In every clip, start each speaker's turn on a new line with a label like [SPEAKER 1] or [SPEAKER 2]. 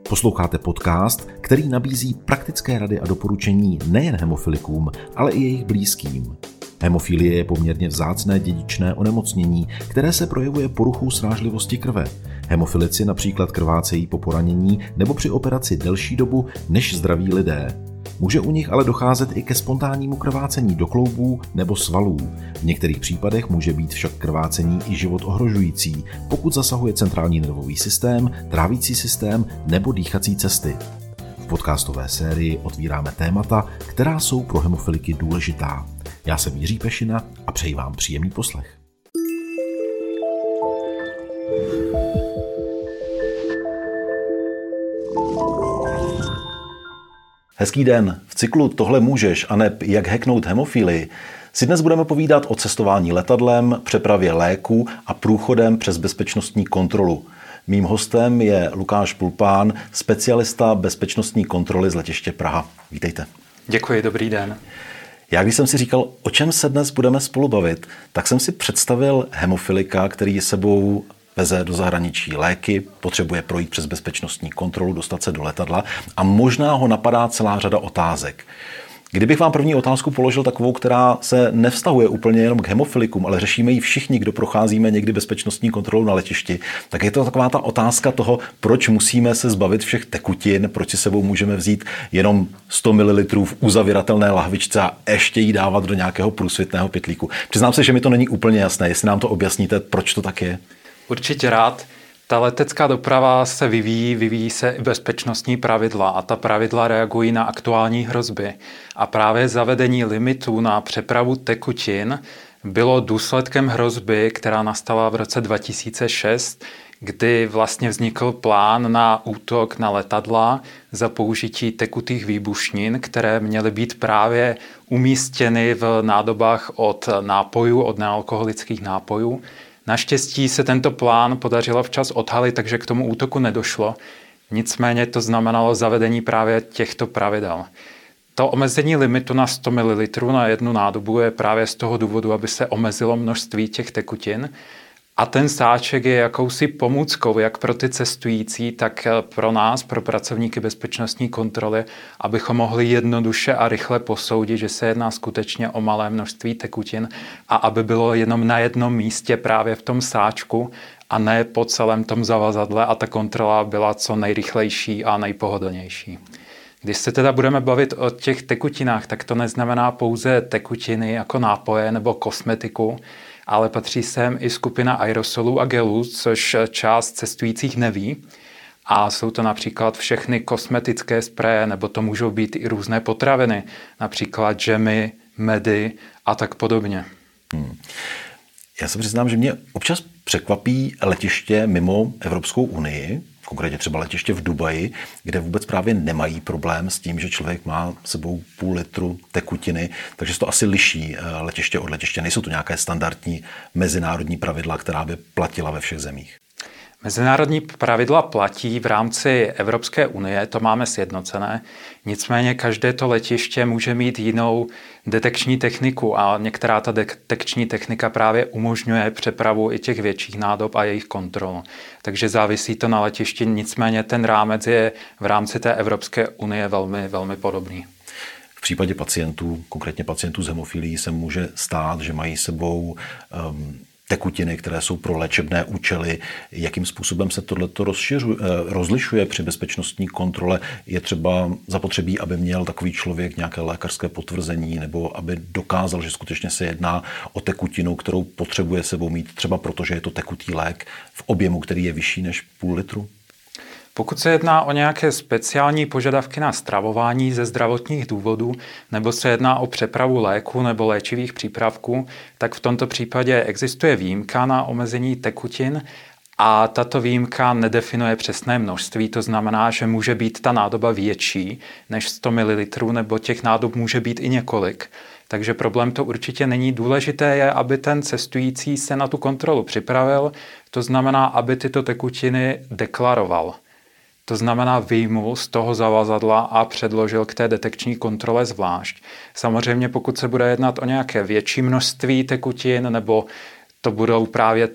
[SPEAKER 1] Posloucháte podcast, který nabízí praktické rady a doporučení nejen hemofilikům, ale i jejich blízkým. Hemofilie je poměrně vzácné dědičné onemocnění, které se projevuje poruchou srážlivosti krve. Hemofilici například krvácejí po poranění nebo při operaci delší dobu než zdraví lidé. Může u nich ale docházet i ke spontánnímu krvácení do kloubů nebo svalů. V některých případech může být však krvácení i život ohrožující, pokud zasahuje centrální nervový systém, trávicí systém nebo dýchací cesty. V podcastové sérii otvíráme témata, která jsou pro hemofiliky důležitá. Já jsem Jiří Pešina a přeji vám příjemný poslech.
[SPEAKER 2] Hezký den. V cyklu Tohle můžeš a neb jak hacknout hemofilii si dnes budeme povídat o cestování letadlem, přepravě léků a průchodem přes bezpečnostní kontrolu. Mým hostem je Lukáš Pulpán, specialista bezpečnostní kontroly z letiště Praha. Vítejte.
[SPEAKER 3] Děkuji, dobrý den.
[SPEAKER 2] Já když jsem si říkal, o čem se dnes budeme spolu bavit, tak jsem si představil hemofilika, který sebou veze do zahraničí léky, potřebuje projít přes bezpečnostní kontrolu, dostat se do letadla a možná ho napadá celá řada otázek. Kdybych vám první otázku položil takovou, která se nevztahuje úplně jenom k hemofilikům, ale řešíme ji všichni, kdo procházíme někdy bezpečnostní kontrolu na letišti, tak je to taková ta otázka toho, proč musíme se zbavit všech tekutin, proč si sebou můžeme vzít jenom 100 ml v uzavíratelné lahvičce a ještě ji dávat do nějakého průsvitného pytlíku. Přiznám se, že mi to není úplně jasné, jestli nám to objasníte, proč to tak je.
[SPEAKER 3] Určitě rád. Ta letecká doprava se vyvíjí se i bezpečnostní pravidla a ta pravidla reagují na aktuální hrozby. A právě zavedení limitů na přepravu tekutin bylo důsledkem hrozby, která nastala v roce 2006, kdy vlastně vznikl plán na útok na letadla za použití tekutých výbušnin, které měly být právě umístěny v nádobách od nápojů, od nealkoholických nápojů. Naštěstí se tento plán podařilo včas odhalit, takže k tomu útoku nedošlo. Nicméně to znamenalo zavedení právě těchto pravidel. To omezení limitu na 100 ml na jednu nádobu je právě z toho důvodu, aby se omezilo množství těch tekutin. A ten sáček je jakousi pomůckou jak pro ty cestující, tak pro nás, pro pracovníky bezpečnostní kontroly, abychom mohli jednoduše a rychle posoudit, že se jedná skutečně o malé množství tekutin a aby bylo jenom na jednom místě právě v tom sáčku a ne po celém tom zavazadle a ta kontrola byla co nejrychlejší a nejpohodlnější. Když se teda budeme bavit o těch tekutinách, tak to neznamená pouze tekutiny jako nápoje nebo kosmetiku, ale patří sem i skupina aerosolů a gelů, což část cestujících neví. A jsou to například všechny kosmetické spreje, nebo to můžou být i různé potraviny, například džemy, medy a tak podobně.
[SPEAKER 2] Já se přiznám, že mě občas překvapí letiště mimo Evropskou unii, konkrétně třeba letiště v Dubaji, kde vůbec právě nemají problém s tím, že člověk má sebou půl litru tekutiny, takže se to asi liší letiště od letiště. Nejsou to nějaké standardní mezinárodní pravidla, která by platila ve všech zemích.
[SPEAKER 3] Mezinárodní pravidla platí v rámci Evropské unie, to máme sjednocené, nicméně každé to letiště může mít jinou detekční techniku a některá ta detekční technika právě umožňuje přepravu i těch větších nádob a jejich kontrolu. Takže závisí to na letišti, nicméně ten rámec je v rámci té Evropské unie velmi, velmi podobný.
[SPEAKER 2] V případě pacientů, konkrétně pacientů s hemofilií, se může stát, že mají sebou tekutiny, které jsou pro léčebné účely. Jakým způsobem se tohleto rozlišuje při bezpečnostní kontrole? Je třeba zapotřebí, aby měl takový člověk nějaké lékařské potvrzení nebo aby dokázal, že skutečně se jedná o tekutinu, kterou potřebuje sebou mít, třeba protože je to tekutý lék v objemu, který je vyšší než půl litru?
[SPEAKER 3] Pokud se jedná o nějaké speciální požadavky na stravování ze zdravotních důvodů nebo se jedná o přepravu léku nebo léčivých přípravků, tak v tomto případě existuje výjimka na omezení tekutin a tato výjimka nedefinuje přesné množství, to znamená, že může být ta nádoba větší než 100 ml nebo těch nádob může být i několik. Takže problém to určitě není. Důležité je, aby ten cestující se na tu kontrolu připravil, to znamená, aby tyto tekutiny deklaroval. To znamená, vyjmul z toho zavazadla a předložil k té detekční kontrole zvlášť. Samozřejmě, pokud se bude jednat o nějaké větší množství tekutin nebo to budou právě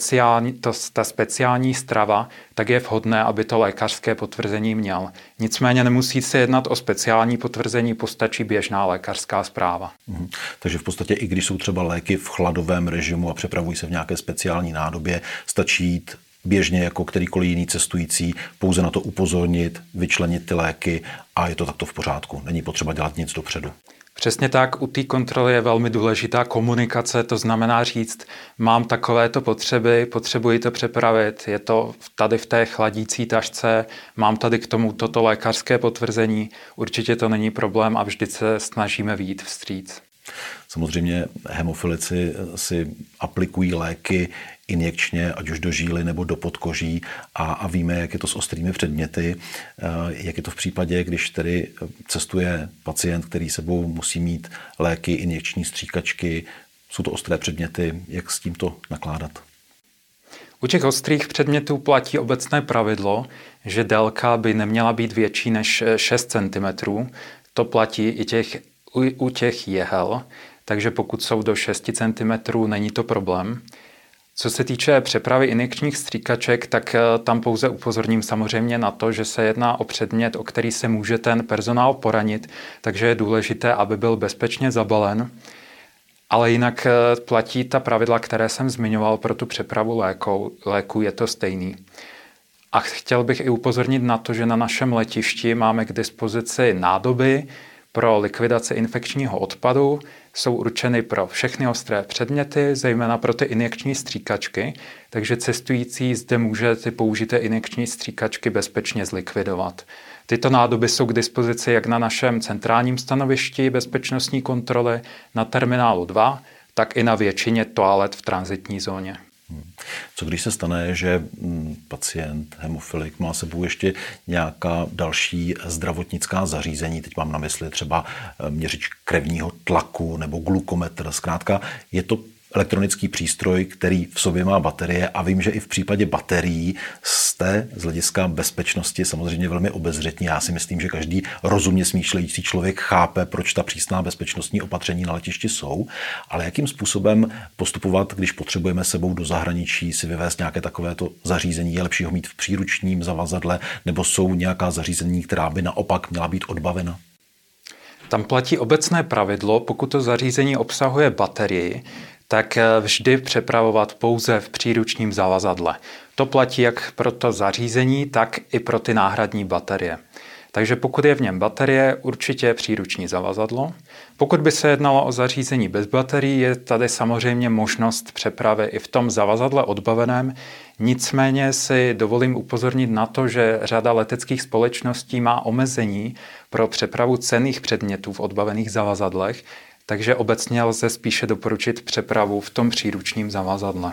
[SPEAKER 3] ta speciální strava, tak je vhodné, aby to lékařské potvrzení měl. Nicméně nemusí se jednat o speciální potvrzení, postačí běžná lékařská zpráva.
[SPEAKER 2] Takže v podstatě i když jsou třeba léky v chladovém režimu a přepravují se v nějaké speciální nádobě, stačí jít běžně jako kterýkoliv jiný cestující, pouze na to upozornit, vyčlenit ty léky a je to takto v pořádku. Není potřeba dělat nic dopředu.
[SPEAKER 3] Přesně tak, u té kontroly je velmi důležitá komunikace, to znamená říct, mám takovéto potřeby, potřebuji to přepravit, je to tady v té chladící tašce, mám tady k tomu toto lékařské potvrzení, určitě to není problém a vždy se snažíme vyjít vstříc.
[SPEAKER 2] Samozřejmě hemofilici si aplikují léky injekčně, ať už do žíly nebo do podkoží a víme, jak je to s ostrými předměty. Jak je to v případě, když tedy cestuje pacient, který sebou musí mít léky, injekční stříkačky, jsou to ostré předměty, jak s tímto nakládat?
[SPEAKER 3] U těch ostrých předmětů platí obecné pravidlo, že délka by neměla být větší než 6 cm. To platí i u těch jehel, takže pokud jsou do 6 cm, není to problém. Co se týče přepravy injekčních stříkaček, tak tam pouze upozorním samozřejmě na to, že se jedná o předmět, o který se může ten personál poranit, takže je důležité, aby byl bezpečně zabalen. Ale jinak platí ta pravidla, které jsem zmiňoval pro tu přepravu léku, je to stejný. A chtěl bych i upozornit na to, že na našem letišti máme k dispozici nádoby pro likvidaci infekčního odpadu, jsou určeny pro všechny ostré předměty, zejména pro ty injekční stříkačky, takže cestující zde může ty použité injekční stříkačky bezpečně zlikvidovat. Tyto nádoby jsou k dispozici jak na našem centrálním stanovišti bezpečnostní kontroly, na terminálu 2, tak i na většině toalet v tranzitní zóně.
[SPEAKER 2] Co když se stane, že pacient, hemofilik, má sebou ještě nějaká další zdravotnická zařízení, teď mám na mysli třeba měřič krevního tlaku nebo glukometr, zkrátka je to elektronický přístroj, který v sobě má baterie a vím, že i v případě baterií jste z hlediska bezpečnosti samozřejmě velmi obezřetní. Já si myslím, že každý rozumně smýšlející člověk chápe, proč ta přísná bezpečnostní opatření na letišti jsou, ale jakým způsobem postupovat, když potřebujeme sebou do zahraničí si vyvést nějaké takovéto zařízení, je lepší ho mít v příručním zavazadle, nebo jsou nějaká zařízení, která by naopak měla být odbavena?
[SPEAKER 3] Tam platí obecné pravidlo, pokud to zařízení obsahuje baterii, tak vždy přepravovat pouze v příručním zavazadle. To platí jak pro to zařízení, tak i pro ty náhradní baterie. Takže pokud je v něm baterie, určitě příruční zavazadlo. Pokud by se jednalo o zařízení bez baterií, je tady samozřejmě možnost přepravy i v tom zavazadle odbaveném. Nicméně si dovolím upozornit na to, že řada leteckých společností má omezení pro přepravu cenných předmětů v odbavených zavazadlech, takže obecně lze spíše doporučit přepravu v tom příručním zavazadle.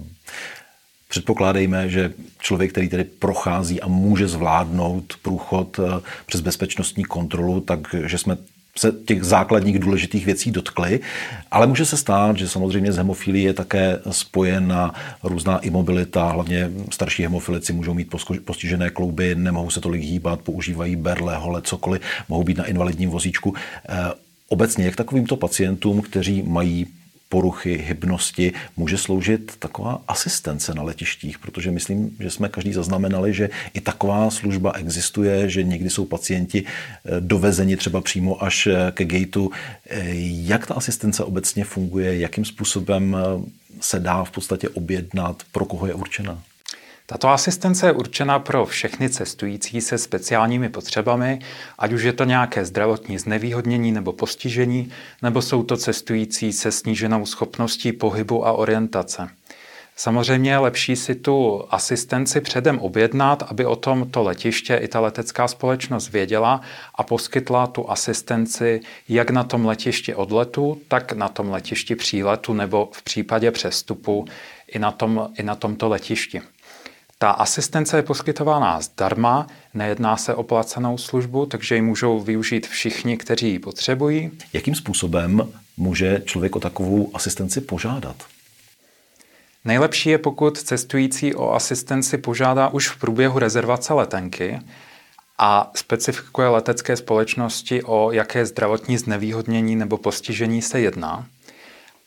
[SPEAKER 2] Předpokládejme, že člověk, který tedy prochází a může zvládnout průchod přes bezpečnostní kontrolu, takže jsme se těch základních důležitých věcí dotkli, ale může se stát, že samozřejmě s hemofilií je také spojena různá imobilita, hlavně starší hemofilici můžou mít postižené klouby, nemohou se tolik hýbat, používají berle, hole, cokoliv, mohou být na invalidním vozíčku. Obecně, jak takovýmto pacientům, kteří mají poruchy hybnosti, může sloužit taková asistence na letištích, protože myslím, že jsme každý zaznamenali, že i taková služba existuje, že někdy jsou pacienti dovezeni třeba přímo až ke gateu. Jak ta asistence obecně funguje, jakým způsobem se dá v podstatě objednat, pro koho je určena?
[SPEAKER 3] Tato asistence je určena pro všechny cestující se speciálními potřebami, ať už je to nějaké zdravotní znevýhodnění nebo postižení, nebo jsou to cestující se sníženou schopností pohybu a orientace. Samozřejmě je lepší si tu asistenci předem objednat, aby o tom to letiště i ta letecká společnost věděla a poskytla tu asistenci jak na tom letišti odletu, tak na tom letišti příletu nebo v případě přestupu i na tomto letišti. Ta asistence je poskytována zdarma, nejedná se o placenou službu, takže ji můžou využít všichni, kteří ji potřebují.
[SPEAKER 2] Jakým způsobem může člověk o takovou asistenci požádat?
[SPEAKER 3] Nejlepší je, pokud cestující o asistenci požádá už v průběhu rezervace letenky a specifikuje letecké společnosti, o jaké zdravotní znevýhodnění nebo postižení se jedná.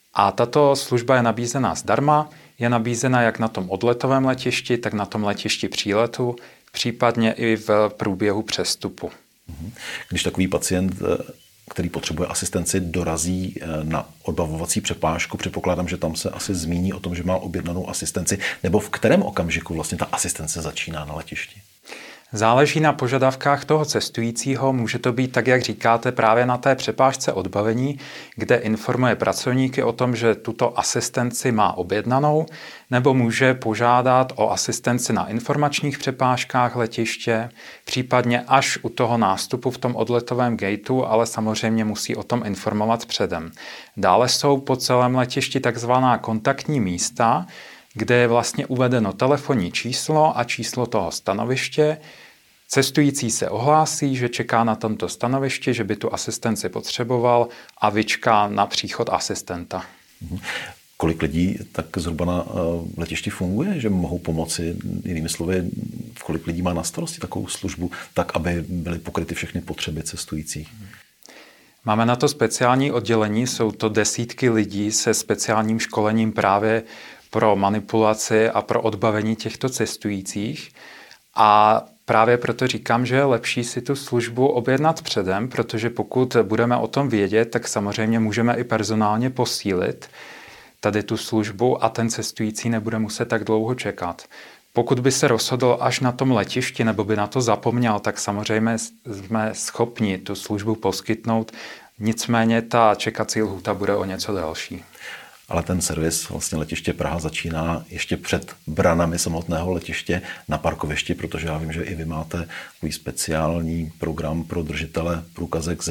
[SPEAKER 3] A tato služba je nabízená zdarma, je nabízena jak na tom odletovém letišti, tak na tom letišti příletu, případně i v průběhu přestupu.
[SPEAKER 2] Když takový pacient, který potřebuje asistenci, dorazí na odbavovací přepážku, předpokládám, že tam se asi zmíní o tom, že má objednanou asistenci, nebo v kterém okamžiku vlastně ta asistence začíná na letišti?
[SPEAKER 3] Záleží na požadavkách toho cestujícího, může to být tak, jak říkáte, právě na té přepážce odbavení, kde informuje pracovníky o tom, že tuto asistenci má objednanou, nebo může požádat o asistenci na informačních přepážkách letiště, případně až u toho nástupu v tom odletovém gateu, ale samozřejmě musí o tom informovat předem. Dále jsou po celém letišti takzvaná kontaktní místa, kde je vlastně uvedeno telefonní číslo a číslo toho stanoviště. Cestující se ohlásí, že čeká na tomto stanovišti, že by tu asistenci potřeboval a vyčká na příchod asistenta.
[SPEAKER 2] Kolik lidí tak zhruba na letišti funguje, že mohou pomoci? Jinými slovy, kolik lidí má na starosti takovou službu, tak aby byly pokryty všechny potřeby cestujících?
[SPEAKER 3] Máme na to speciální oddělení, jsou to desítky lidí se speciálním školením právě pro manipulaci a pro odbavení těchto cestujících. A právě proto říkám, že je lepší si tu službu objednat předem, protože pokud budeme o tom vědět, tak samozřejmě můžeme i personálně posílit tady tu službu a ten cestující nebude muset tak dlouho čekat. Pokud by se rozhodl až na tom letišti nebo by na to zapomněl, tak samozřejmě jsme schopni tu službu poskytnout, nicméně ta čekací lhůta bude o něco delší.
[SPEAKER 2] Ale ten servis vlastně letiště Praha začíná ještě před branami samotného letiště na parkovišti, protože já vím, že i vy máte takový speciální program pro držitele průkazek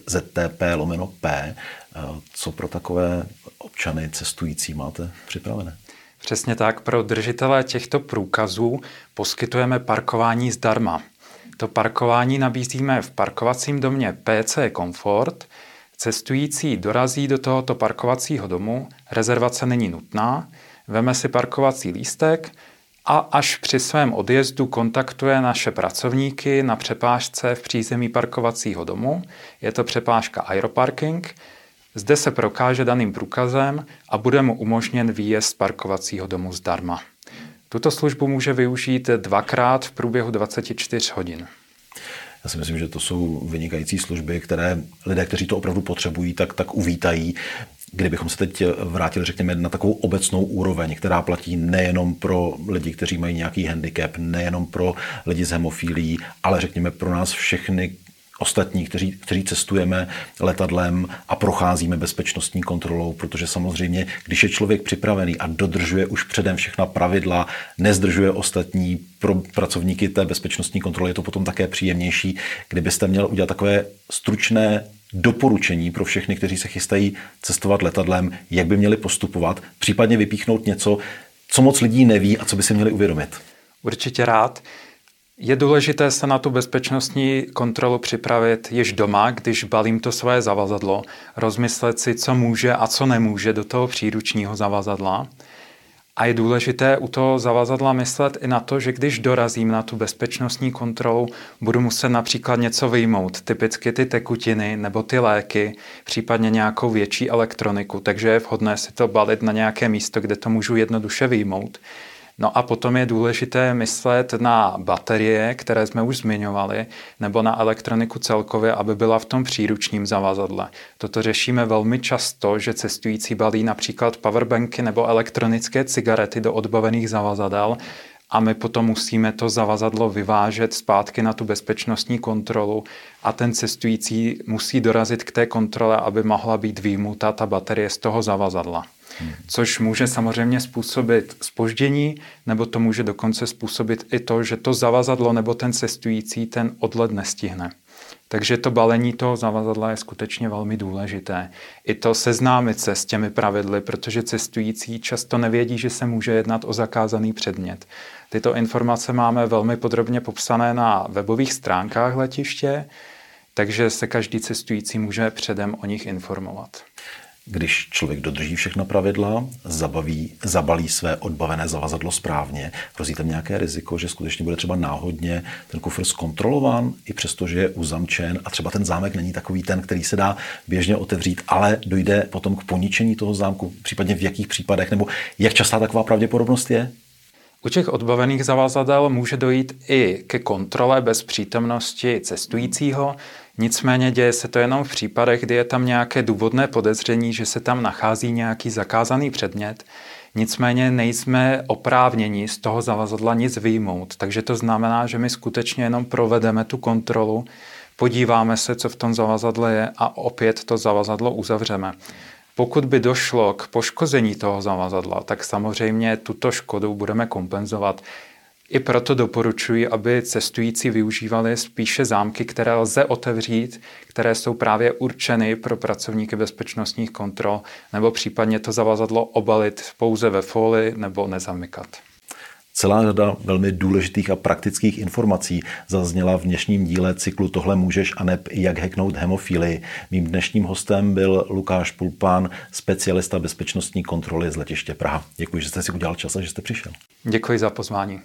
[SPEAKER 2] ZTP/P. Co pro takové občany cestující máte připravené?
[SPEAKER 3] Přesně tak, pro držitele těchto průkazů poskytujeme parkování zdarma. To parkování nabízíme v parkovacím domě PC Komfort. Cestující dorazí do tohoto parkovacího domu, rezervace není nutná, veme si parkovací lístek a až při svém odjezdu kontaktuje naše pracovníky na přepážce v přízemí parkovacího domu. Je to přepážka Aeroparking. Zde se prokáže daným průkazem a bude mu umožněn výjezd z parkovacího domu zdarma. Tuto službu může využít dvakrát v průběhu 24 hodin.
[SPEAKER 2] Já si myslím, že to jsou vynikající služby, které lidé, kteří to opravdu potřebují, tak uvítají. Kdybychom se teď vrátili, řekněme, na takovou obecnou úroveň, která platí nejenom pro lidi, kteří mají nějaký handicap, nejenom pro lidi s hemofilií, ale řekněme pro nás všechny ostatní, kteří cestujeme letadlem a procházíme bezpečnostní kontrolou, protože samozřejmě, když je člověk připravený a dodržuje už předem všechna pravidla, nezdržuje ostatní, pro pracovníky té bezpečnostní kontroly je to potom také příjemnější. Kdybyste měl udělat takové stručné doporučení pro všechny, kteří se chystají cestovat letadlem, jak by měli postupovat, případně vypíchnout něco, co moc lidí neví a co by si měli uvědomit.
[SPEAKER 3] Určitě rád. Je důležité se na tu bezpečnostní kontrolu připravit již doma, když balím to své zavazadlo, rozmyslet si, co může a co nemůže do toho příručního zavazadla. A je důležité u toho zavazadla myslet i na to, že když dorazím na tu bezpečnostní kontrolu, budu muset například něco vyjmout, typicky ty tekutiny nebo ty léky, případně nějakou větší elektroniku, takže je vhodné si to balit na nějaké místo, kde to můžu jednoduše vyjmout. No a potom je důležité myslet na baterie, které jsme už zmiňovali, nebo na elektroniku celkově, aby byla v tom příručním zavazadle. Toto řešíme velmi často, že cestující balí například powerbanky nebo elektronické cigarety do odbavených zavazadel a my potom musíme to zavazadlo vyvážet zpátky na tu bezpečnostní kontrolu a ten cestující musí dorazit k té kontrole, aby mohla být vyjmuta ta baterie z toho zavazadla. Což může samozřejmě způsobit zpoždění, nebo to může dokonce způsobit i to, že to zavazadlo nebo ten cestující ten odlet nestihne. Takže to balení toho zavazadla je skutečně velmi důležité. I to seznámit se s těmi pravidly, protože cestující často nevědí, že se může jednat o zakázaný předmět. Tyto informace máme velmi podrobně popsané na webových stránkách letiště, takže se každý cestující může předem o nich informovat.
[SPEAKER 2] Když člověk dodrží všechna pravidla, zabalí své odbavené zavazadlo správně, hrozí tam nějaké riziko, že skutečně bude třeba náhodně ten kufr zkontrolován, i přesto, že je uzamčen a třeba ten zámek není takový ten, který se dá běžně otevřít, ale dojde potom k poničení toho zámku, případně v jakých případech, nebo jak častá taková pravděpodobnost je?
[SPEAKER 3] U těch odbavených zavazadel může dojít i ke kontrole bez přítomnosti cestujícího, nicméně děje se to jenom v případech, kdy je tam nějaké důvodné podezření, že se tam nachází nějaký zakázaný předmět, nicméně nejsme oprávněni z toho zavazadla nic vyjmout, takže to znamená, že my skutečně jenom provedeme tu kontrolu, podíváme se, co v tom zavazadle je a opět to zavazadlo uzavřeme. Pokud by došlo k poškození toho zavazadla, tak samozřejmě tuto škodu budeme kompenzovat. I proto doporučuji, aby cestující využívali spíše zámky, které lze otevřít, které jsou právě určeny pro pracovníky bezpečnostních kontrol, nebo případně to zavazadlo obalit pouze ve folii nebo nezamykat.
[SPEAKER 2] Celá řada velmi důležitých a praktických informací zazněla v dnešním díle cyklu Tohle můžeš aneb jak hacknout hemofilii. Mým dnešním hostem byl Lukáš Pulpán, specialista bezpečnostní kontroly z letiště Praha. Děkuji, že jste si udělal čas a že jste přišel.
[SPEAKER 3] Děkuji za pozvání.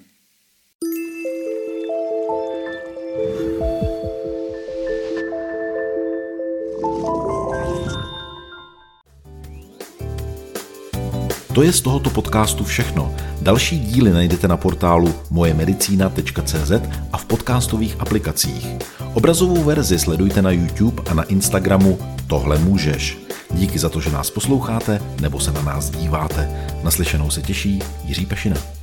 [SPEAKER 1] To je z tohoto podcastu všechno. Další díly najdete na portálu mojemedicina.cz a v podcastových aplikacích. Obrazovou verzi sledujte na YouTube a na Instagramu Tohle můžeš. Díky za to, že nás posloucháte nebo se na nás díváte. Naslyšenou se těší Jiří Pešina.